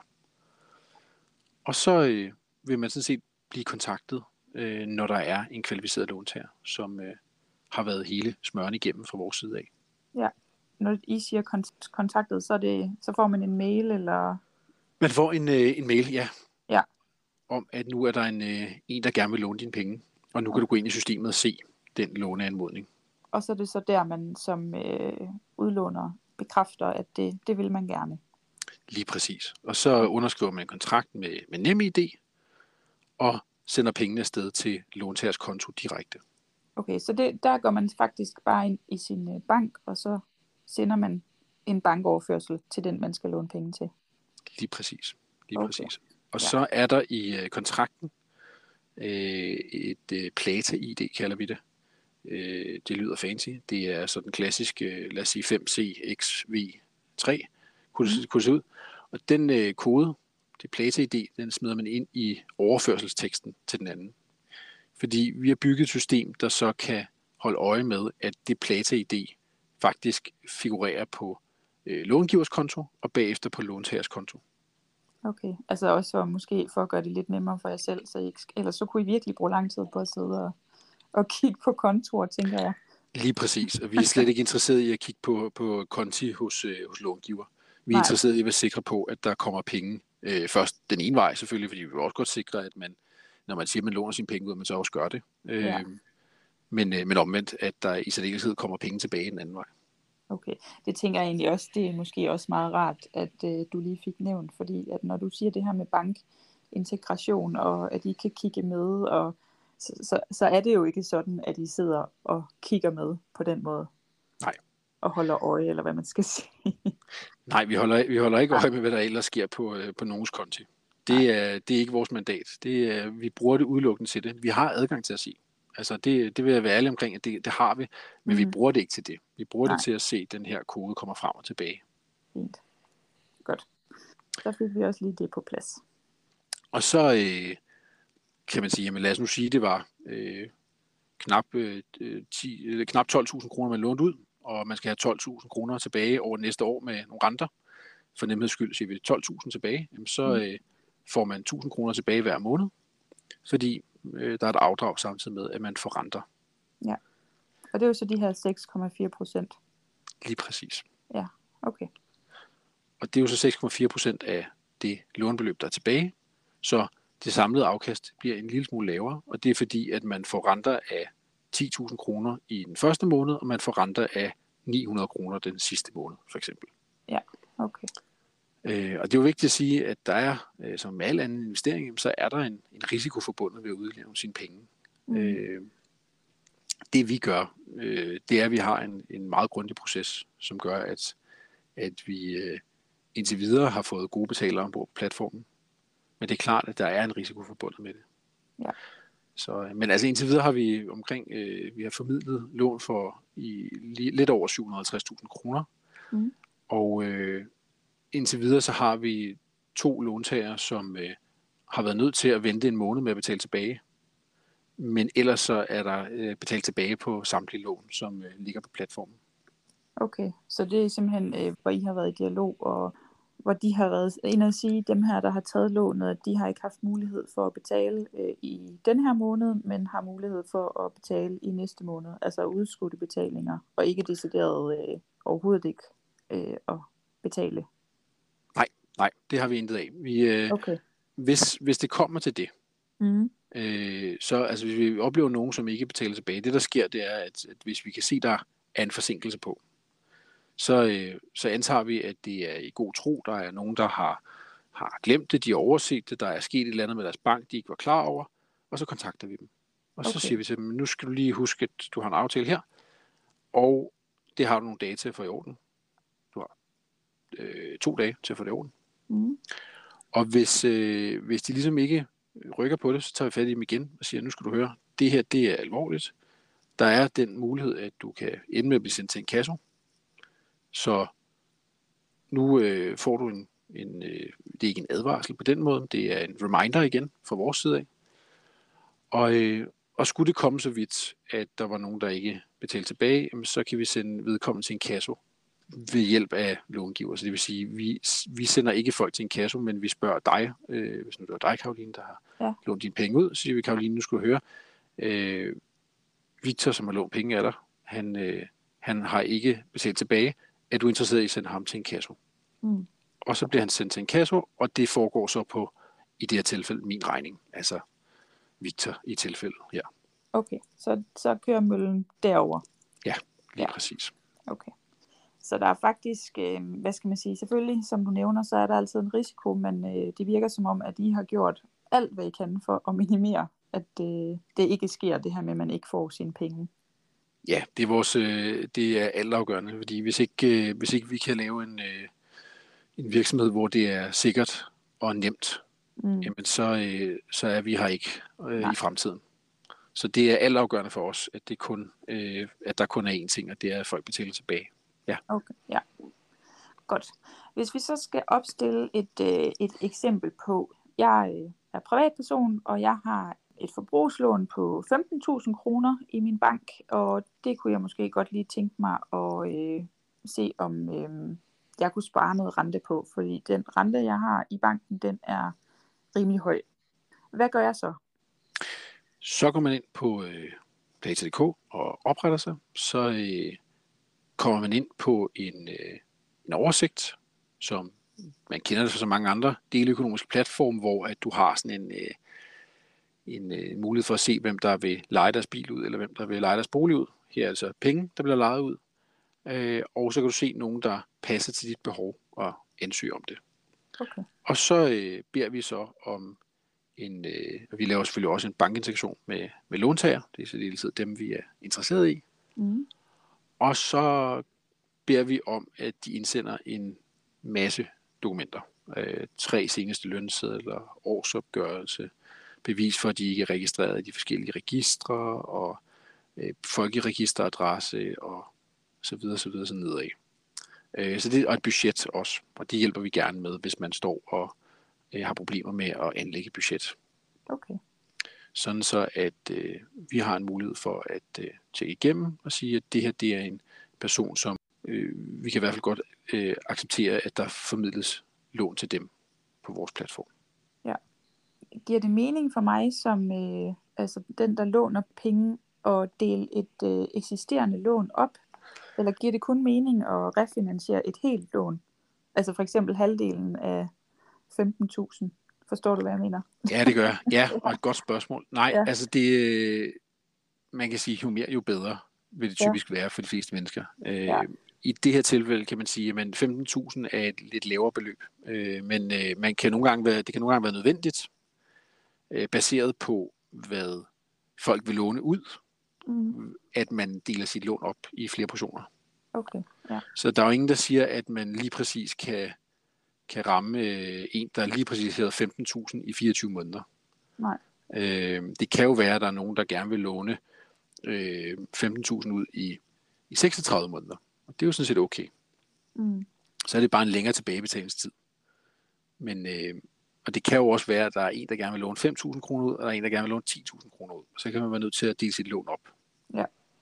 B: Og så øh, vil man sådan set blive kontaktet, øh, når der er en kvalificeret låntager, som øh, har været hele smøren igennem fra vores side af.
A: Ja. Når I siger kont- kontaktet, så, er det, så får man en mail, eller?
B: Man får en, øh, en mail, ja,
A: Ja.
B: om at nu er der en, øh, en, der gerne vil låne dine penge, og nu kan
A: Okay.
B: du gå ind i systemet og se den låneanmodning.
A: Og så er det så der, man som øh, udlåner bekræfter, at det, det vil man gerne.
B: Lige præcis. Og så underskriver man en kontrakt med, med NemID, og sender pengene afsted til låntagers konto direkte.
A: Okay, så det, der går man faktisk bare ind i sin øh, bank, og så sender man en bankoverførsel til den, man skal låne penge til.
B: Lige præcis. Lige
A: Okay.
B: præcis. Og
A: Ja.
B: så er der i øh, kontrakten øh, et øh, Plata-I D, kalder vi det. Øh, det lyder fancy. Det er så den klassiske, øh, lad os sige fem C X V tre, kunne det,
A: Mm.
B: kunne det se ud. Og den øh, kode, det Plata-I D, den smider man ind i overførselsteksten til den anden. Fordi vi har bygget et system, der så kan holde øje med, at det Plata-I D faktisk figurerer på øh, långivers konto, og bagefter på låntagers konto.
A: Okay, altså også for, måske for at gøre det lidt nemmere for jer selv, så I ikke, ellers så kunne I virkelig bruge lang tid på at sidde og, og kigge på kontoer, tænker jeg.
B: Lige præcis, og vi er slet ikke interesseret i at kigge på, på konti hos, øh, hos långiver. Vi er
A: Nej.
B: interesseret i at være sikre på, at der kommer penge øh, først den ene vej selvfølgelig, fordi vi vil også godt sikre, at man, når man siger, at man låner sine penge ud, at man så også gør det. Øh,
A: Ja.
B: men, øh, men omvendt, at der i særdeleshed kommer penge tilbage den anden vej.
A: Okay, det tænker jeg egentlig også, det er måske også meget rart, at øh, du lige fik nævnt, fordi at når du siger det her med bankintegration, og at I kan kigge med, og så, så, så er det jo ikke sådan, at I sidder og kigger med på den måde.
B: Nej.
A: Og holder øje, eller hvad man skal sige.
B: Nej, vi holder, vi holder ikke
A: Nej.
B: øje med, hvad der ellers sker på, øh, på nogens konti. Det er, det er ikke vores mandat. Det er, vi bruger det udelukkende til det. Vi har adgang til at se. Altså det, det vil jeg være ærlig omkring, at det, det har vi, men mm. vi
A: Mhm.
B: bruger det ikke til det. Vi bruger
A: Nej.
B: det til at se, at den her kode kommer frem og tilbage.
A: Fint. Godt. Så fik vi også lige det på plads.
B: Og så øh, kan man sige, jamen lad os nu sige, at det var øh, knap, øh, ti, øh, knap tolv tusind kroner, man lånte ud, og man skal have tolv tusind kroner tilbage over næste år med nogle renter. For nemheds skyld siger vi tolv tusind tilbage, jamen så øh, får man tusind kroner tilbage hver måned, fordi øh, der er et afdrag samtidig med, at man får renter.
A: Ja. Og det er jo så de her seks komma fire procent.
B: Lige præcis.
A: Ja, okay.
B: Og det er jo så seks komma fire procent af det lånebeløb, der er tilbage. Så det samlede afkast bliver en lille smule lavere, og det er fordi, at man får renter af ti tusind kroner i den første måned, og man får renter af ni hundrede kroner den sidste måned, for eksempel.
A: Ja, okay.
B: Øh, og det er jo vigtigt at sige, at der er, øh, som med al anden investering, så er der en, en risiko forbundet ved at udleve sine penge.
A: Mm.
B: Øh, det vi gør, øh, det er, at vi har en, en meget grundig proces, som gør, at, at vi øh, indtil videre har fået gode betalere ombord på platformen. Men det er klart, at der er en risiko forbundet med det.
A: Ja.
B: Så, men altså indtil videre har vi omkring, øh, vi har formidlet lån for i, li, lidt over syv hundrede og halvtreds tusind kroner.
A: Mm.
B: Og øh, indtil videre så har vi to låntagere, som øh, har været nødt til at vente en måned med at betale tilbage. Men ellers så er der øh, betalt tilbage på samtlige lån, som øh, ligger på platformen.
A: Okay, så det er simpelthen, øh, hvor I har været i dialog, og hvor de har været inde at sige, dem her, der har taget lånet, at de har ikke haft mulighed for at betale øh, i den her måned, men har mulighed for at betale i næste måned, altså udskudte betalinger, og ikke decideret øh, overhovedet ikke øh, at betale.
B: Nej, det har vi intet af. Vi, øh,
A: Okay.
B: hvis, hvis det kommer til det,
A: Mm.
B: øh, så altså, hvis vi oplever nogen, som ikke betaler tilbage, det der sker, det er, at, at hvis vi kan se, der er en forsinkelse på, så, øh, så antager vi, at det er i god tro. Der er nogen, der har, har glemt det, de har overset det, der er sket et eller andet med deres bank, de ikke var klar over, og så kontakter vi dem. Og så
A: Okay.
B: siger vi til dem, nu skal du lige huske, at du har en aftale her, og det har du nogle dage til at få i orden. Du har øh, to dage til at få det i orden.
A: Mm.
B: Og hvis, øh, hvis de ligesom ikke rykker på det, så tager vi fat i dem igen og siger, nu skal du høre, det her det er alvorligt. Der er den mulighed, at du kan ende med at blive sendt til en kasso. Så nu øh, får du en, en øh, det er ikke en advarsel på den måde, det er en reminder igen fra vores side af. Og, øh, og skulle det komme så vidt, at der var nogen, der ikke betalte tilbage, så kan vi sende vedkommende til en kasso ved hjælp af långiver. Så det vil sige, vi, vi sender ikke folk til en kasso, men vi spørger dig, øh, hvis nu det var dig, Karoline, der har
A: Ja.
B: lånt dine penge ud, så siger vi, Karoline, nu skal du høre, øh, Victor, som har lånt penge af dig, han, øh, han har ikke betalt tilbage. Er du interesseret i at sende ham til en kasso?
A: Mm.
B: Og så bliver han sendt til en kasso, og det foregår så på, i det her tilfælde, min regning. Altså Victor i tilfældet her.
A: Okay, så, så kører møllen derover.
B: Ja, lige
A: Ja.
B: præcis.
A: Okay. Så der er faktisk, øh, hvad skal man sige, selvfølgelig, som du nævner, så er der altid en risiko, men øh, det virker som om, at I har gjort alt, hvad I kan for at minimere, at øh, det ikke sker, det her med, at man ikke får sine penge.
B: Ja, det er, vores, øh, det er altafgørende, fordi hvis ikke, øh, hvis ikke vi kan lave en, øh, en virksomhed, hvor det er sikkert og nemt,
A: Mm.
B: jamen så, øh, så er vi her ikke øh,
A: Nej.
B: i fremtiden. Så det er altafgørende for os, at, det kun, øh, at der kun er én ting, og det er, at folk betaler tilbage. Ja.
A: Okay, ja. Godt. Hvis vi så skal opstille et, øh, et eksempel på, jeg øh, er privatperson, og jeg har et forbrugslån på femten tusind kroner i min bank, og det kunne jeg måske godt lige tænke mig at øh, se, om øh, jeg kunne spare noget rente på, fordi den rente, jeg har i banken, den er rimelig høj. Hvad gør jeg så?
B: Så går man ind på øh, Plata punktum d k og opretter sig. Så øh, kommer man ind på en, øh, en oversigt, som man kender det fra så mange andre deleøkonomiske platforme, hvor at du har sådan en, øh, en øh, mulighed for at se, hvem der vil leje deres bil ud, eller hvem der vil leje deres bolig ud. Her er altså penge, der bliver lejet ud. Øh, og så kan du se nogen, der passer til dit behov og ansøge om det.
A: Okay.
B: Og så øh, beder vi så om en, øh, vi laver selvfølgelig også en bankinteraktion med, med låntager. Det er så det er dem, vi er interesseret i.
A: Mm.
B: Og så beder vi om, at de indsender en masse dokumenter. Øh, tre seneste lønsedler, årsopgørelse, bevis for, at de ikke er registreret i de forskellige registre, og øh, folkeregisteradresse, og så videre, så videre, så nedad. Øh, så det er et budget også, og det hjælper vi gerne med, hvis man står og øh, har problemer med at anlægge budget.
A: Okay.
B: Sådan så, at øh, vi har en mulighed for at øh, tjekke igennem og sige, at det her det er en person, som øh, vi kan i hvert fald godt øh, acceptere, at der formidles lån til dem på vores platform.
A: Ja. Giver det mening for mig som øh, altså den, der låner penge, at dele et øh, eksisterende lån op? Eller giver det kun mening at refinansiere et helt lån? Altså for eksempel halvdelen af femten tusind. Forstår du, hvad jeg mener?
B: Ja, det gør jeg. Ja, og et godt spørgsmål. Nej,
A: Ja.
B: altså det, man kan sige, jo mere, jo bedre vil det typisk ja. være for de fleste mennesker.
A: Ja.
B: Øh, I det her tilfælde kan man sige, at femten tusind er et lidt lavere beløb. Øh, men øh, man kan nogle gange være, det kan nogle gange være nødvendigt, øh, baseret på, hvad folk vil låne ud,
A: Mm.
B: at man deler sit lån op i flere portioner.
A: Okay, ja.
B: Så der er jo ingen, der siger, at man lige præcis kan, kan ramme øh, en, der lige præcis hedder femten tusind i fireogtyve måneder.
A: Nej.
B: Øh, det kan jo være, at der er nogen, der gerne vil låne øh, femten tusind ud i, i seksogtredive måneder. Og det er jo sådan set okay.
A: Mm.
B: Så er det bare en længere tilbagebetalingstid. Men, øh, og det kan jo også være, at der er en, der gerne vil låne fem tusind kroner ud, og der er en, der gerne vil låne ti tusind kroner ud. Så kan man være nødt til at dele sit lån op.
A: Ja.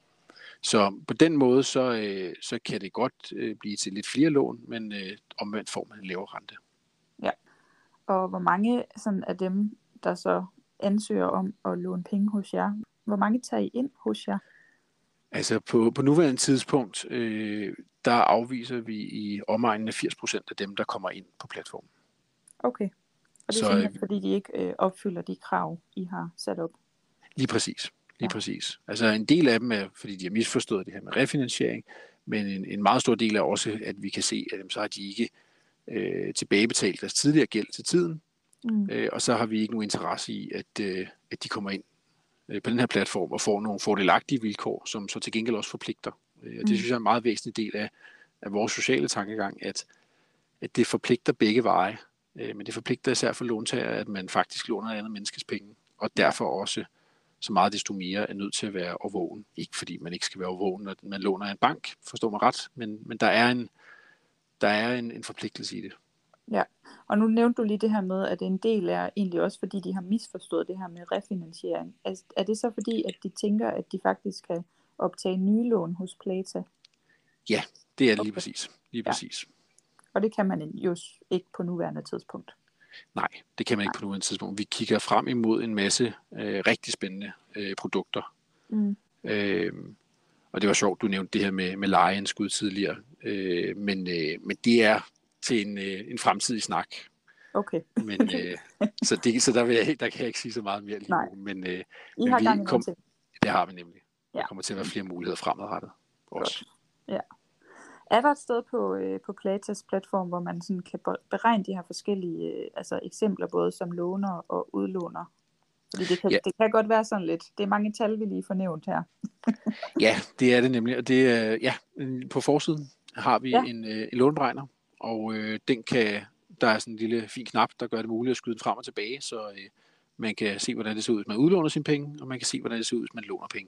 B: Så på den måde, så, øh, så kan det godt øh, blive til lidt flere lån, men øh, omvendt får man en lavere rente.
A: Ja. Og hvor mange sådan af dem, der så ansøger om at låne penge hos jer, hvor mange tager I ind hos jer?
B: Altså på, på nuværende tidspunkt, øh, der afviser vi i omegnen af firs procent af dem, der kommer ind på platformen.
A: Okay. Og det er
B: Så
A: simpelthen, fordi de ikke øh, opfylder de krav, I har sat op.
B: lige præcis. Lige
A: Ja.
B: præcis. Altså en del af dem er, fordi de har misforstået det her med refinansiering, men en, en meget stor del er også, at vi kan se, at jamen, så har de ikke øh, tilbagebetalt deres tidligere gæld til tiden,
A: Mm.
B: øh, og så har vi ikke nogen interesse i, at, øh, at de kommer ind øh, på den her platform og får nogle fordelagtige vilkår, som så til gengæld også forpligter. Øh, og det
A: Mm.
B: synes jeg er en meget væsentlig del af, af vores sociale tankegang, at, at det forpligter begge veje, øh, men det forpligter især for låntager, at man faktisk låner et andet menneskes penge, og derfor også så meget desto mere er nødt til at være overvågen. Ikke fordi man ikke skal være overvågen, når man låner af en bank, forstår mig ret, men, men der er, en, der er en, en forpligtelse i det.
A: Ja, og nu nævnte du lige det her med, at en del er egentlig også, fordi de har misforstået det her med refinansiering. Er, er det så fordi, at de tænker, at de faktisk kan optage nye lån hos Plata?
B: Ja, det er det lige
A: Okay.
B: præcis. Lige
A: Ja.
B: præcis.
A: Og det kan man jo ikke på nuværende tidspunkt.
B: Nej, det kan man ikke på nuværende tidspunkt. Vi kigger frem imod en masse øh, rigtig spændende øh, produkter.
A: Mm.
B: Øh, og det var sjovt, du nævnte det her med, med lejeindskud tidligere. Øh, men, øh, men det er til en, øh, en fremtidig snak.
A: Okay.
B: Men, øh, så det, så der, vil jeg, der kan jeg ikke sige så meget mere lige
A: Nej.
B: nu. Men, øh,
A: I
B: men
A: har
B: vi
A: gang i
B: kom,
A: nogle ting.
B: det har vi nemlig. Der
A: Ja.
B: kommer til at være flere muligheder fremadrettet også.
A: Ja. Er der et sted på, øh, på Platas platform, hvor man sådan kan beregne de her forskellige øh, altså eksempler, både som låner og udlåner? Fordi det kan,
B: Ja.
A: det kan godt være sådan lidt. Det er mange tal, vi lige får nævnt her.
B: Ja, det er det nemlig. Og det er, ja, på forsiden har vi
A: Ja.
B: en, øh, en lånberegner, og øh, den kan, der er sådan en lille fin knap, der gør det muligt at skyde den frem og tilbage, så øh, man kan se, hvordan det ser ud, hvis man udlåner sine penge, og man kan se, hvordan det ser ud, hvis man låner penge.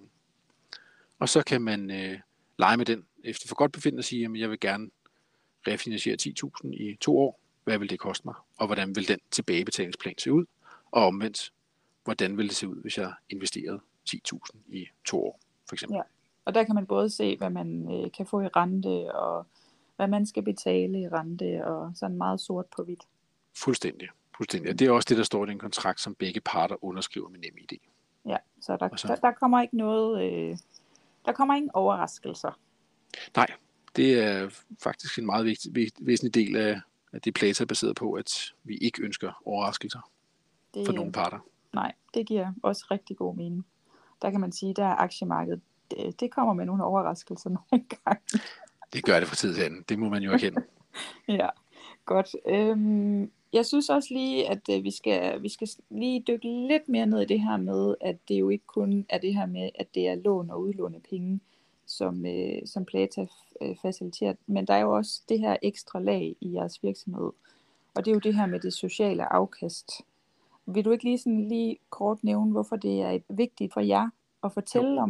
B: Og så kan man øh, lege med den efter for godt befindende og sige, at jeg vil gerne refinansiere ti tusind i to år. Hvad vil det koste mig? Og hvordan vil den tilbagebetalingsplan se ud? Og omvendt, hvordan vil det se ud, hvis jeg investerede ti tusind i to år, for eksempel?
A: Ja. Og der kan man både se, hvad man øh, kan få i rente, og hvad man skal betale i rente, og sådan meget sort på hvidt.
B: Fuldstændig. Fuldstændig. Og det er også det, der står i den kontrakt, som begge parter underskriver med NemID.
A: Ja, så der,
B: så...
A: der, der kommer ikke noget, øh, der kommer ingen overraskelser.
B: Nej, det er faktisk en meget vigtig, væsentlig del af, af det Plata er baseret på, at vi ikke ønsker overraskelser
A: det,
B: for nogle parter.
A: Nej, det giver også rigtig god mening. Der kan man sige, der er aktiemarkedet, det, det kommer med nogle overraskelser nogle gange.
B: Det gør det fra tid til anden. Det må man jo erkende.
A: Ja, godt. Øhm, jeg synes også lige, at øh, vi, skal, vi skal lige dykke lidt mere ned i det her med, at det jo ikke kun er det her med, at det er lån og udlåne penge, som, øh, som Plata øh, faciliterer, men der er jo også det her ekstra lag i jeres virksomhed, og det er jo det her med det sociale afkast. Vil du ikke lige sådan lige kort nævne, hvorfor det er vigtigt for jer at fortælle
B: jo.
A: om?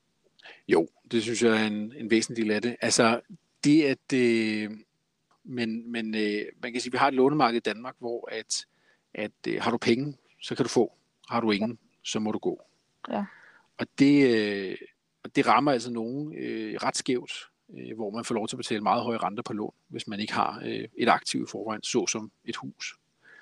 B: Jo, det synes jeg er en, en væsentlig del af det. Altså det, at øh, men, men øh, man kan sige, at vi har et lånemarked i Danmark, hvor at, at øh, har du penge, så kan du få. Har du ingen, ja. så må du gå.
A: Ja.
B: Og det, øh, det rammer altså nogen øh, ret skævt, øh, hvor man får lov til at betale meget høje renter på lån, hvis man ikke har øh, et aktiv i forvejen, såsom et hus.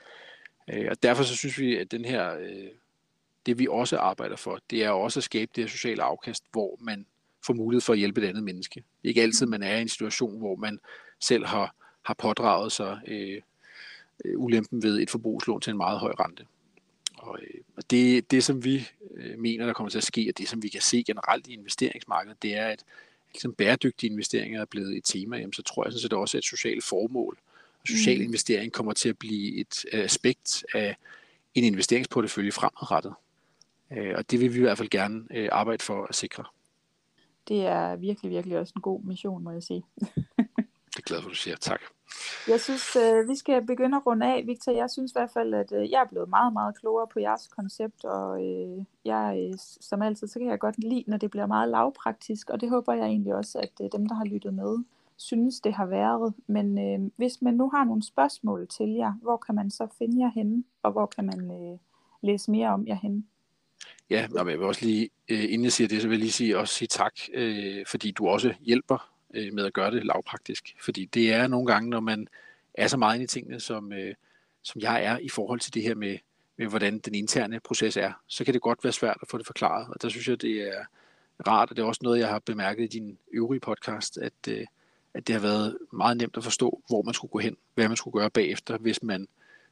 B: Øh, og derfor så synes vi, at den her, øh, det vi også arbejder for, det er også at skabe det her sociale afkast, hvor man får mulighed for at hjælpe et andet menneske. Det er ikke altid, man er i en situation, hvor man selv har, har pådraget sig øh, ulempen ved et forbrugslån til en meget høj rente. Og øh, det, det, som vi øh, mener, der kommer til at ske, og det, som vi kan se generelt i investeringsmarkedet, det er, at ligesom bæredygtige investeringer er blevet et tema, jamen, så tror jeg sådan set også, at sociale formål og social mm. investering kommer til at blive et aspekt af en investeringsportefølje fremadrettet. Øh, og det vil vi i hvert fald gerne øh, arbejde for at sikre.
A: Det er virkelig, virkelig også en god mission, må jeg sige.
B: Det er glad for, du siger. Tak.
A: Jeg synes, øh, vi skal begynde at runde af, Victor. Jeg synes i hvert fald, at øh, jeg er blevet meget, meget klogere på jeres koncept, og øh, jeg, øh, som altid, så kan jeg godt lide, når det bliver meget lavpraktisk, og det håber jeg egentlig også, at øh, dem, der har lyttet med, synes, det har været. Men øh, hvis man nu har nogle spørgsmål til jer, hvor kan man så finde jer henne, og hvor kan man øh, læse mere om jer henne?
B: Ja, men jeg vil også lige, øh, inden jeg siger det, så vil jeg lige sige, også sige tak, øh, fordi du også hjælper øh, med at gøre det lavpraktisk. Fordi det er nogle gange, når man er så meget inde i tingene, som, øh, som jeg er i forhold til det her med, med, hvordan den interne proces er, så kan det godt være svært at få det forklaret. Og der synes jeg, det er rart, og det er også noget, jeg har bemærket i din øvrige podcast, at, øh, at det har været meget nemt at forstå, hvor man skulle gå hen, hvad man skulle gøre bagefter, hvis man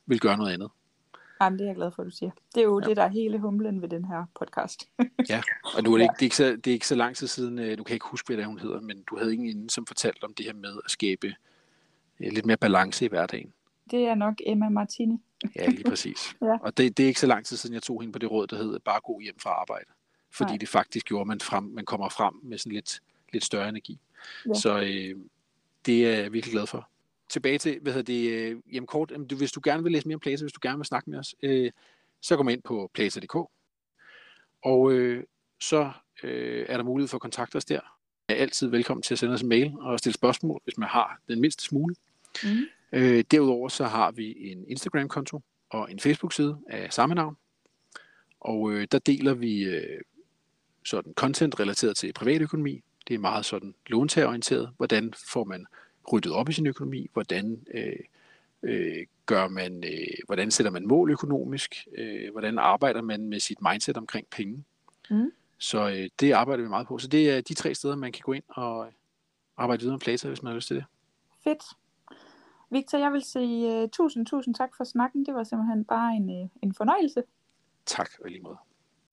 B: vil gøre noget andet.
A: Jamen, det er jeg glad for, at du siger. Det er jo ja. det, der er hele humlen ved den her podcast.
B: Ja, og nu er det, ikke, det, er ikke så, det er ikke så lang tid siden, du kan ikke huske, hvad det er, hun hedder, men du havde ingen inden, som fortalte om det her med at skabe lidt mere balance i hverdagen.
A: Det er nok Emma Martini.
B: Ja, lige præcis. ja. Og det, det er ikke så lang tid siden, jeg tog hende på det råd, der hedder bare gå hjem fra arbejde. Fordi Nej. det faktisk gjorde, at man, frem, man kommer frem med sådan lidt, lidt større energi. Ja. Så øh, det er jeg virkelig glad for. Tilbage til, hvad hedder det, øh, jamen kort, øh, hvis du gerne vil læse mere om Plata, hvis du gerne vil snakke med os, øh, så kom ind på plata punktum d k. Og øh, så øh, er der mulighed for at kontakte os der. Jeg er altid velkommen til at sende os en mail og stille spørgsmål, hvis man har den mindste smule. Mm. Øh, derudover så har vi en Instagram-konto og en Facebook-side af samme navn. Og øh, der deler vi øh, sådan content relateret til privatøkonomi. Det er meget sådan låntagerorienteret. Hvordan får man ryddet op i sin økonomi? Hvordan øh, øh, gør man? Øh, hvordan sætter man mål økonomisk? Øh, hvordan arbejder man med sit mindset omkring penge? Mm. Så øh, det arbejder vi meget på. Så det er de tre steder, man kan gå ind og arbejde videre med Plata, hvis man har lyst til det.
A: Fedt. Victor, jeg vil sige uh, tusind, tusind tak for snakken. Det var simpelthen bare en, uh, en fornøjelse.
B: Tak, og lige måde.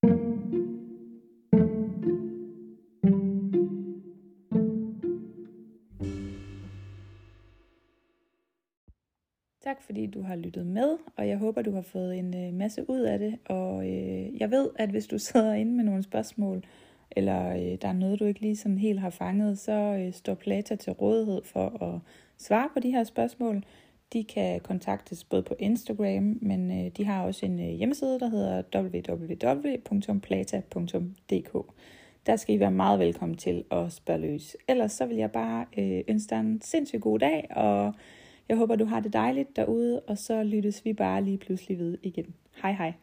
A: Tak fordi du har lyttet med, og jeg håber, du har fået en uh, masse ud af det. Og uh, jeg ved, at hvis du sidder inde med nogle spørgsmål, eller uh, der er noget, du ikke lige sådan helt har fanget, så uh, står Plata til rådighed for at svare på de her spørgsmål. De kan kontaktes både på Instagram, men øh, de har også en øh, hjemmeside, der hedder w w w punktum plata punktum d k. Der skal I være meget velkommen til at spørge løs. Ellers så vil jeg bare øh, ønske dig en sindssygt god dag, og jeg håber, du har det dejligt derude, og så lyttes vi bare lige pludselig ved igen. Hej hej.